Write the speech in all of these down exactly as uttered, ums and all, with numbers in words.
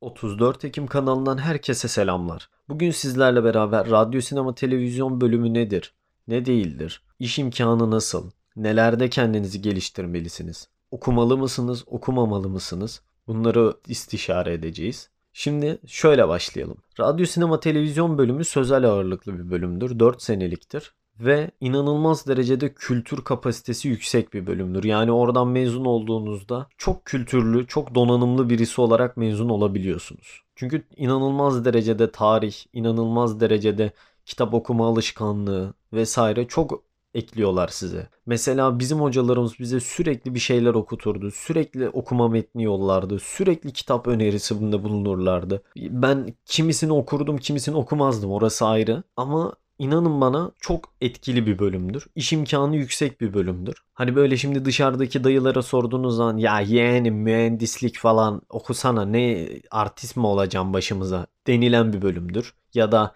otuz dört Ekim kanalından herkese selamlar. Bugün sizlerle beraber radyo, sinema, televizyon bölümü nedir? Ne değildir? İş imkanı nasıl? Nelerde kendinizi geliştirmelisiniz? Okumalı mısınız, okumamalı mısınız? Bunları istişare edeceğiz. Şimdi şöyle başlayalım. Radyo, sinema, televizyon bölümü sözel ağırlıklı bir bölümdür. dört seneliktir. Ve inanılmaz derecede kültür kapasitesi yüksek bir bölümdür. Yani oradan mezun olduğunuzda çok kültürlü, çok donanımlı birisi olarak mezun olabiliyorsunuz. Çünkü inanılmaz derecede tarih, inanılmaz derecede kitap okuma alışkanlığı vesaire çok ekliyorlar size. Mesela bizim hocalarımız bize sürekli bir şeyler okuturdu. Sürekli okuma metni yollardı. Sürekli kitap önerisinde bulunurlardı. Ben kimisini okurdum, kimisini okumazdım. Orası ayrı. Ama İnanın bana çok etkili bir bölümdür. İş imkanı yüksek bir bölümdür. Hani böyle şimdi dışarıdaki dayılara sorduğunuz zaman ya yeğenim mühendislik falan okusana ne artist mi olacağım başımıza denilen bir bölümdür. Ya da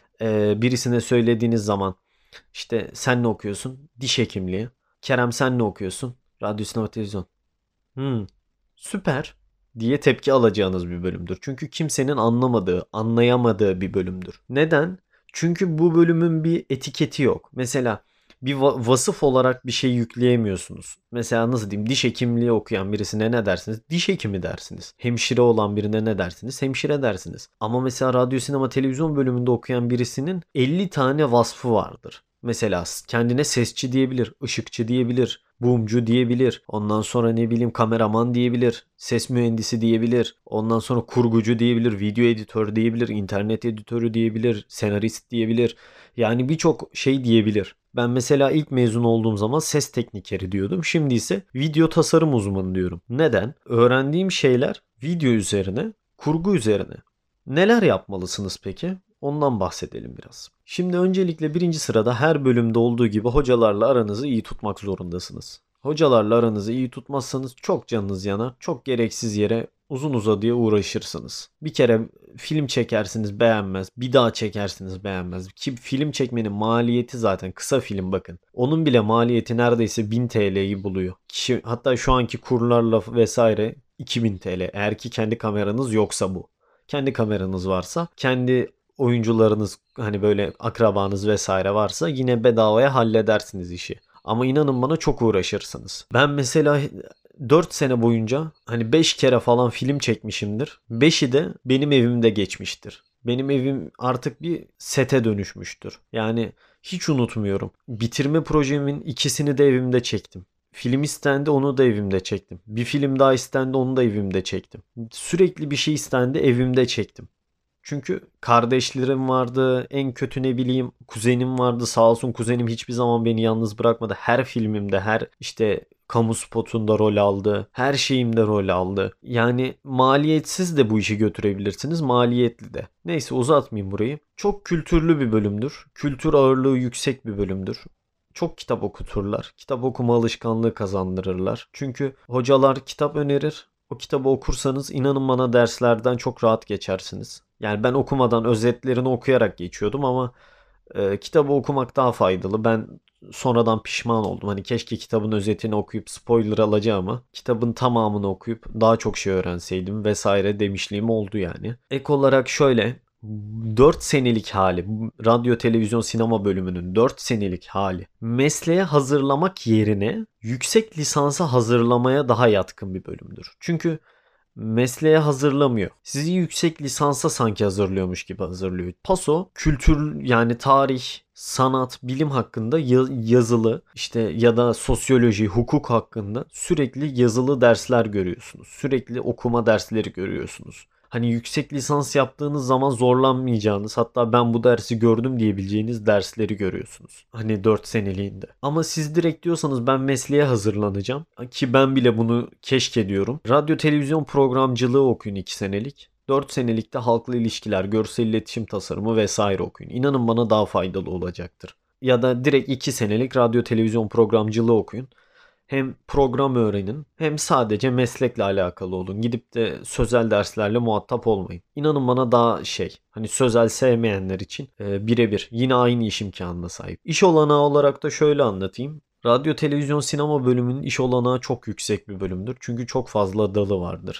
e, birisine söylediğiniz zaman işte sen ne okuyorsun? Diş hekimliği. Kerem sen ne okuyorsun? Radyo, sinema, televizyon. Hmm, süper diye tepki alacağınız bir bölümdür. Çünkü kimsenin anlamadığı, anlayamadığı bir bölümdür. Neden? Çünkü bu bölümün bir etiketi yok. Mesela bir va- vasıf olarak bir şey yükleyemiyorsunuz. Mesela nasıl diyeyim, diş hekimliği okuyan birisine ne dersiniz? Diş hekimi dersiniz. Hemşire olan birine ne dersiniz? Hemşire dersiniz. Ama mesela radyo, sinema, televizyon bölümünde okuyan birisinin elli tane vasfı vardır. Mesela kendine sesçi diyebilir, ışıkçı diyebilir, boomcu diyebilir. Ondan sonra ne bileyim kameraman diyebilir, ses mühendisi diyebilir. Ondan sonra kurgucu diyebilir, video editör diyebilir, internet editörü diyebilir, senarist diyebilir. Yani birçok şey diyebilir. Ben mesela ilk mezun olduğum zaman ses teknikeri diyordum. Şimdi ise video tasarım uzmanı diyorum. Neden? Öğrendiğim şeyler video üzerine, kurgu üzerine. Neler yapmalısınız peki? Ondan bahsedelim biraz. Şimdi öncelikle birinci sırada her bölümde olduğu gibi hocalarla aranızı iyi tutmak zorundasınız. Hocalarla aranızı iyi tutmazsanız çok canınız yanar, çok gereksiz yere uzun uzadıya uğraşırsınız. Bir kere film çekersiniz beğenmez, bir daha çekersiniz beğenmez. Ki film çekmenin maliyeti zaten kısa film bakın. Onun bile maliyeti neredeyse bin T L'yi buluyor. Kişi, hatta şu anki kurlarla vesaire iki bin T L. Eğer ki kendi kameranız yoksa bu. Kendi kameranız varsa, kendi oyuncularınız hani böyle akrabanız vesaire varsa yine bedavaya halledersiniz işi. Ama inanın bana çok uğraşırsınız. Ben mesela dört sene boyunca hani beş kere falan film çekmişimdir. beşi de benim evimde geçmiştir. Benim evim artık bir sete dönüşmüştür. Yani hiç unutmuyorum. Bitirme projemin ikisini de evimde çektim. Film istendi onu da evimde çektim. Bir film daha istendi onu da evimde çektim. Sürekli bir şey istendi evimde çektim. Çünkü kardeşlerim vardı, en kötü ne bileyim kuzenim vardı. Sağ olsun kuzenim hiçbir zaman beni yalnız bırakmadı. Her filmimde, her işte kamu spotunda rol aldı. Her şeyimde rol aldı. Yani maliyetsiz de bu işi götürebilirsiniz, maliyetli de. Neyse uzatmayayım burayı. Çok kültürlü bir bölümdür. Kültür ağırlığı yüksek bir bölümdür. Çok kitap okuturlar. Kitap okuma alışkanlığı kazandırırlar. Çünkü hocalar kitap önerir. O kitabı okursanız inanın bana derslerden çok rahat geçersiniz. Yani ben okumadan özetlerini okuyarak geçiyordum ama e, kitabı okumak daha faydalı. Ben sonradan pişman oldum. Hani keşke kitabın özetini okuyup spoiler alacağıma kitabın tamamını okuyup daha çok şey öğrenseydim vesaire demişliğim oldu yani. Ek olarak şöyle dört senelik hali, radyo, televizyon, sinema bölümünün dört senelik hali mesleğe hazırlamak yerine yüksek lisansa hazırlamaya daha yatkın bir bölümdür. Çünkü mesleğe hazırlamıyor. Sizi yüksek lisansa sanki hazırlıyormuş gibi hazırlıyor. Paso kültür yani tarih, sanat, bilim hakkında yazılı işte ya da sosyoloji, hukuk hakkında sürekli yazılı dersler görüyorsunuz. Sürekli okuma dersleri görüyorsunuz. Hani yüksek lisans yaptığınız zaman zorlanmayacağınız, hatta ben bu dersi gördüm diyebileceğiniz dersleri görüyorsunuz. Hani dört seneliğinde. Ama siz direkt diyorsanız ben mesleğe hazırlanacağım ki ben bile bunu keşkediyorum. Radyo televizyon programcılığı okuyun iki senelik. dört senelikte halkla ilişkiler, görsel iletişim tasarımı vesaire okuyun. İnanın bana daha faydalı olacaktır. Ya da direkt iki senelik radyo televizyon programcılığı okuyun. Hem program öğrenin hem sadece meslekle alakalı olun. Gidip de sözel derslerle muhatap olmayın. İnanın bana daha şey hani sözel sevmeyenler için e, birebir yine aynı iş imkanına sahip. İş olanağı olarak da şöyle anlatayım. Radyo, televizyon, sinema bölümünün iş olanağı çok yüksek bir bölümdür. Çünkü çok fazla dalı vardır.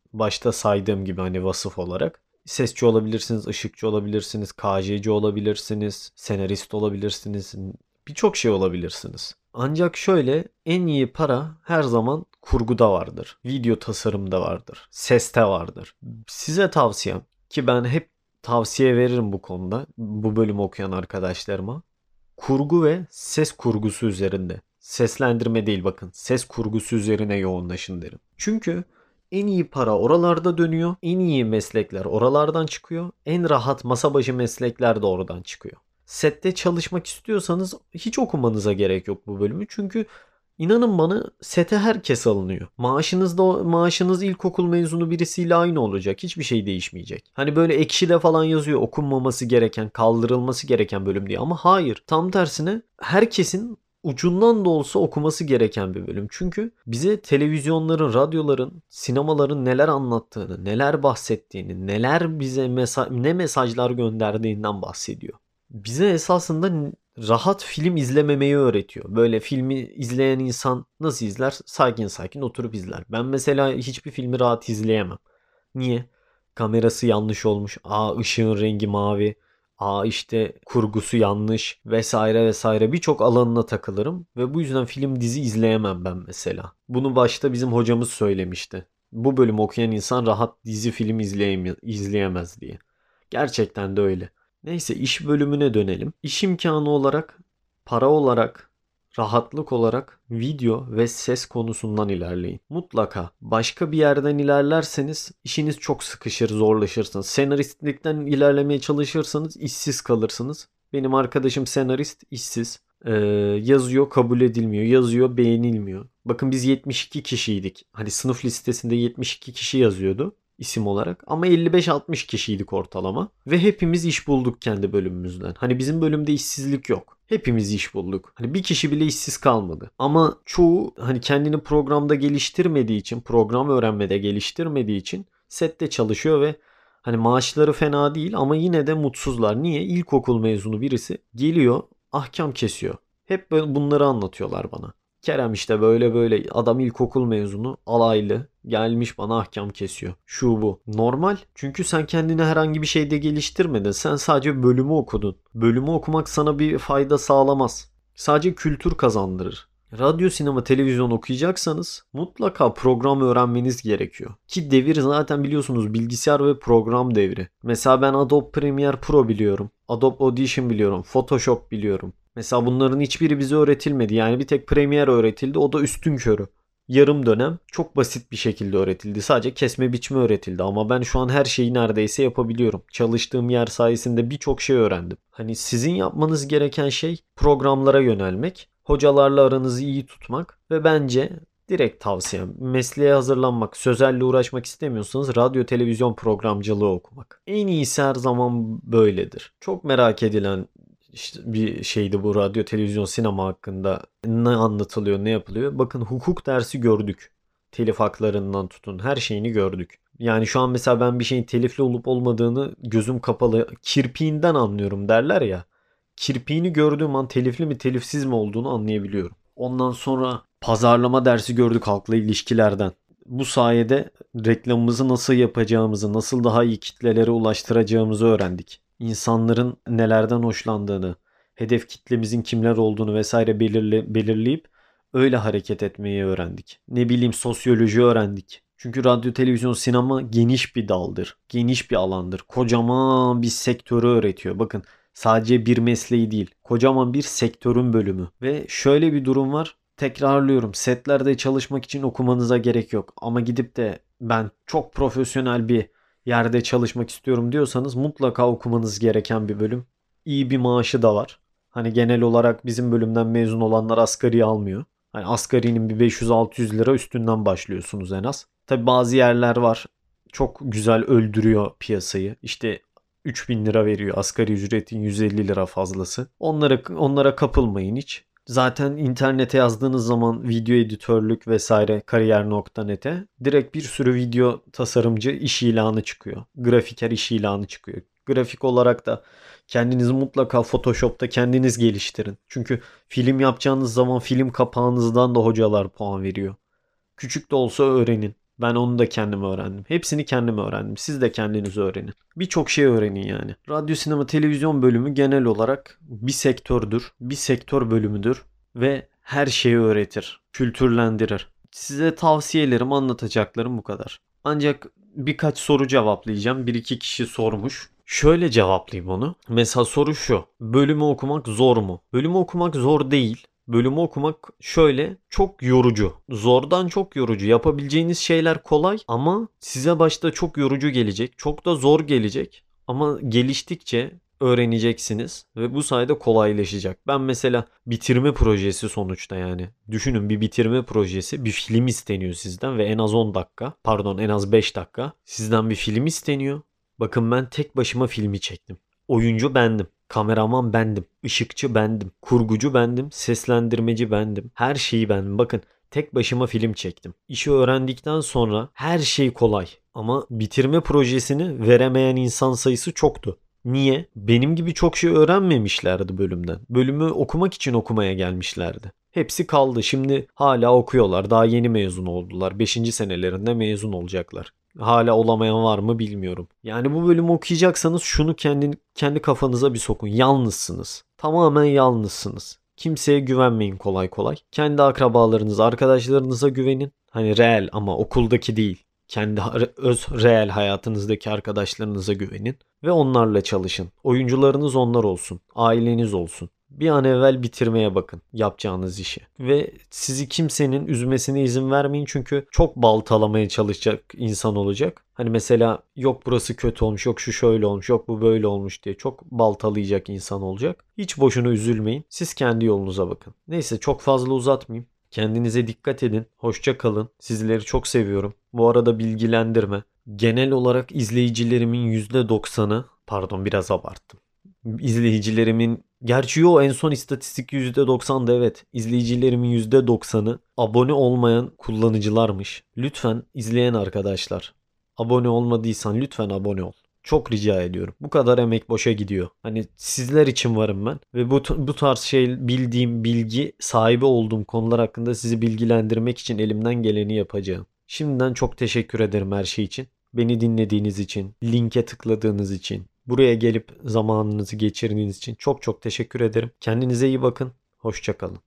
Başta saydığım gibi hani vasıf olarak. Sesçi olabilirsiniz, ışıkçı olabilirsiniz, K J'ci olabilirsiniz, senarist olabilirsiniz, birçok şey olabilirsiniz. Ancak şöyle, en iyi para her zaman kurguda vardır. Video tasarımda vardır. Seste vardır. Size tavsiyem, ki ben hep tavsiye veririm bu konuda bu bölümü okuyan arkadaşlarıma. Kurgu ve ses kurgusu üzerinde. Seslendirme değil, bakın. Ses kurgusu üzerine yoğunlaşın derim. Çünkü en iyi para oralarda dönüyor. En iyi meslekler oralardan çıkıyor. En rahat masa başı meslekler de oradan çıkıyor. Sette çalışmak istiyorsanız hiç okumanıza gerek yok bu bölümü. Çünkü inanın bana, sete herkes alınıyor. Maaşınız da maaşınız ilkokul mezunu birisiyle aynı olacak. Hiçbir şey değişmeyecek. Hani böyle Ekşi'de falan yazıyor okunmaması gereken, kaldırılması gereken bölüm diye, ama hayır. Tam tersine herkesin ucundan da olsa okuması gereken bir bölüm. Çünkü bize televizyonların, radyoların, sinemaların neler anlattığını, neler bahsettiğini, neler bize mesaj, ne mesajlar gönderdiğinden bahsediyor. Bize esasında rahat film izlememeyi öğretiyor. Böyle filmi izleyen insan nasıl izler? Sakin sakin oturup izler. Ben mesela hiçbir filmi rahat izleyemem. Niye? Kamerası yanlış olmuş. Aa, ışığın rengi mavi. Aa, işte kurgusu yanlış vesaire vesaire, birçok alanına takılırım ve bu yüzden film dizi izleyemem ben mesela. Bunu başta bizim hocamız söylemişti. Bu bölüm okuyan insan rahat dizi film izleyemez diye. Gerçekten de öyle. Neyse, iş bölümüne dönelim. İş imkanı olarak, para olarak, rahatlık olarak video ve ses konusundan ilerleyin. Mutlaka başka bir yerden ilerlerseniz işiniz çok sıkışır, zorlaşırsınız. Senaristlikten ilerlemeye çalışırsanız işsiz kalırsınız. Benim arkadaşım senarist, işsiz. Ee, yazıyor, kabul edilmiyor. Yazıyor, beğenilmiyor. Bakın biz yetmiş iki kişiydik. Hani sınıf listesinde yetmiş iki kişi yazıyordu isim olarak, ama elli beş altmış kişiydik ortalama ve hepimiz iş bulduk kendi bölümümüzden. Hani bizim bölümde işsizlik yok. Hepimiz iş bulduk. Hani bir kişi bile işsiz kalmadı. Ama çoğu hani kendini programda geliştirmediği için, program öğrenmede geliştirmediği için sette çalışıyor ve hani maaşları fena değil ama yine de mutsuzlar. Niye? İlkokul mezunu birisi geliyor, ahkam kesiyor. Hep böyle bunları anlatıyorlar bana. Kerem işte böyle böyle, adam ilkokul mezunu, alaylı, gelmiş bana ahkam kesiyor. Şu bu. Normal. Çünkü sen kendini herhangi bir şeyde geliştirmedin. Sen sadece bölümü okudun. Bölümü okumak sana bir fayda sağlamaz. Sadece kültür kazandırır. Radyo, sinema, televizyon okuyacaksanız mutlaka program öğrenmeniz gerekiyor. Ki devir zaten biliyorsunuz bilgisayar ve program devri. Mesela ben Adobe Premiere Pro biliyorum. Adobe Audition biliyorum. Photoshop biliyorum. Mesela bunların hiçbiri bize öğretilmedi. Yani bir tek Premiere öğretildi. O da üstünkörü. Yarım dönem çok basit bir şekilde öğretildi. Sadece kesme biçme öğretildi ama ben şu an her şeyi neredeyse yapabiliyorum. Çalıştığım yer sayesinde birçok şey öğrendim. Hani sizin yapmanız gereken şey programlara yönelmek, hocalarla aranızı iyi tutmak ve bence direkt tavsiyem, mesleğe hazırlanmak, sözelle uğraşmak istemiyorsanız radyo televizyon programcılığı okumak. En iyisi her zaman böyledir. Çok merak edilen işte bir şeydi bu, radyo, televizyon, sinema hakkında ne anlatılıyor, ne yapılıyor. Bakın, hukuk dersi gördük. Telif haklarından tutun her şeyini gördük. Yani şu an mesela ben bir şeyin telifli olup olmadığını gözüm kapalı kirpiğinden anlıyorum derler ya. Kirpiğini gördüğüm an telifli mi telifsiz mi olduğunu anlayabiliyorum. Ondan sonra pazarlama dersi gördük halkla ilişkilerden. Bu sayede reklamımızı nasıl yapacağımızı, nasıl daha iyi kitlelere ulaştıracağımızı öğrendik. İnsanların nelerden hoşlandığını, hedef kitlemizin kimler olduğunu vesaire belirle, belirleyip öyle hareket etmeyi öğrendik. Ne bileyim, sosyoloji öğrendik. Çünkü radyo, televizyon, sinema geniş bir daldır. Geniş bir alandır. Kocaman bir sektörü öğretiyor. Bakın, sadece bir mesleği değil. Kocaman bir sektörün bölümü. Ve şöyle bir durum var. Tekrarlıyorum. Setlerde çalışmak için okumanıza gerek yok. Ama gidip de ben çok profesyonel bir yerde çalışmak istiyorum diyorsanız mutlaka okumanız gereken bir bölüm. İyi bir maaşı da var. Hani genel olarak bizim bölümden mezun olanlar asgari almıyor. Hani asgarinin bir beş yüz altı yüz lira üstünden başlıyorsunuz en az. Tabi bazı yerler var. Çok güzel öldürüyor piyasayı. İşte üç bin lira veriyor, asgari ücretin yüz elli lira fazlası. Onlara onlara kapılmayın hiç. Zaten internete yazdığınız zaman video editörlük vesaire kariyer nokta net'e direkt bir sürü video tasarımcı iş ilanı çıkıyor. Grafiker iş ilanı çıkıyor. Grafik olarak da kendinizi mutlaka Photoshop'ta kendiniz geliştirin. Çünkü film yapacağınız zaman film kapağınızdan da hocalar puan veriyor. Küçük de olsa öğrenin. Ben onu da kendim öğrendim. Hepsini kendim öğrendim. Siz de kendiniz öğrenin. Birçok şey öğrenin yani. Radyo, sinema, televizyon bölümü genel olarak bir sektördür. Bir sektör bölümüdür. Ve her şeyi öğretir. Kültürlendirir. Size tavsiyelerim, anlatacaklarım bu kadar. Ancak birkaç soru cevaplayacağım. Bir iki kişi sormuş. Şöyle cevaplayayım onu. Mesela soru şu. Bölümü okumak zor mu? Bölümü okumak zor değil. Bölümü okumak şöyle çok yorucu. Zordan çok yorucu. Yapabileceğiniz şeyler kolay ama size başta çok yorucu gelecek. Çok da zor gelecek. Ama geliştikçe öğreneceksiniz ve bu sayede kolaylaşacak. Ben mesela bitirme projesi sonuçta yani. Düşünün, bir bitirme projesi, bir film isteniyor sizden ve en az on dakika, pardon en az beş dakika sizden bir film isteniyor. Bakın ben tek başıma filmi çektim. Oyuncu bendim. Kameraman bendim. Işıkçı bendim. Kurgucu bendim. Seslendirmeci bendim. Her şeyi bendim. Bakın tek başıma film çektim. İşi öğrendikten sonra her şey kolay. Ama bitirme projesini veremeyen insan sayısı çoktu. Niye? Benim gibi çok şey öğrenmemişlerdi bölümden. Bölümü okumak için okumaya gelmişlerdi. Hepsi kaldı. Şimdi hala okuyorlar. Daha yeni mezun oldular. Beşinci senelerinde mezun olacaklar. Hala olamayan var mı bilmiyorum. Yani bu bölümü okuyacaksanız şunu kendi, kendi kafanıza bir sokun. Yalnızsınız. Tamamen yalnızsınız. Kimseye güvenmeyin kolay kolay. Kendi akrabalarınıza, arkadaşlarınıza güvenin. Hani reel ama okuldaki değil. Kendi öz reel hayatınızdaki arkadaşlarınıza güvenin ve onlarla çalışın. Oyuncularınız onlar olsun, aileniz olsun. Bir an evvel bitirmeye bakın yapacağınız işi. Ve sizi kimsenin üzmesine izin vermeyin çünkü çok baltalamaya çalışacak insan olacak. Hani mesela yok burası kötü olmuş, yok şu şöyle olmuş, yok bu böyle olmuş diye çok baltalayacak insan olacak. Hiç boşuna üzülmeyin. Siz kendi yolunuza bakın. Neyse çok fazla uzatmayayım. Kendinize dikkat edin. Hoşça kalın. Sizleri çok seviyorum. Bu arada bilgilendirme. Genel olarak izleyicilerimin yüzde doksanı, pardon biraz abarttım. İzleyicilerimin, gerçi yo en son istatistik yüzde doksandı evet. İzleyicilerimin yüzde doksanı abone olmayan kullanıcılarmış. Lütfen izleyen arkadaşlar, abone olmadıysan lütfen abone ol. Çok rica ediyorum. Bu kadar emek boşa gidiyor. Hani sizler için varım ben ve bu bu tarz şey bildiğim, bilgi sahibi olduğum konular hakkında sizi bilgilendirmek için elimden geleni yapacağım. Şimdiden çok teşekkür ederim her şey için. Beni dinlediğiniz için, linke tıkladığınız için, buraya gelip zamanınızı geçirdiğiniz için çok çok teşekkür ederim. Kendinize iyi bakın. Hoşça kalın.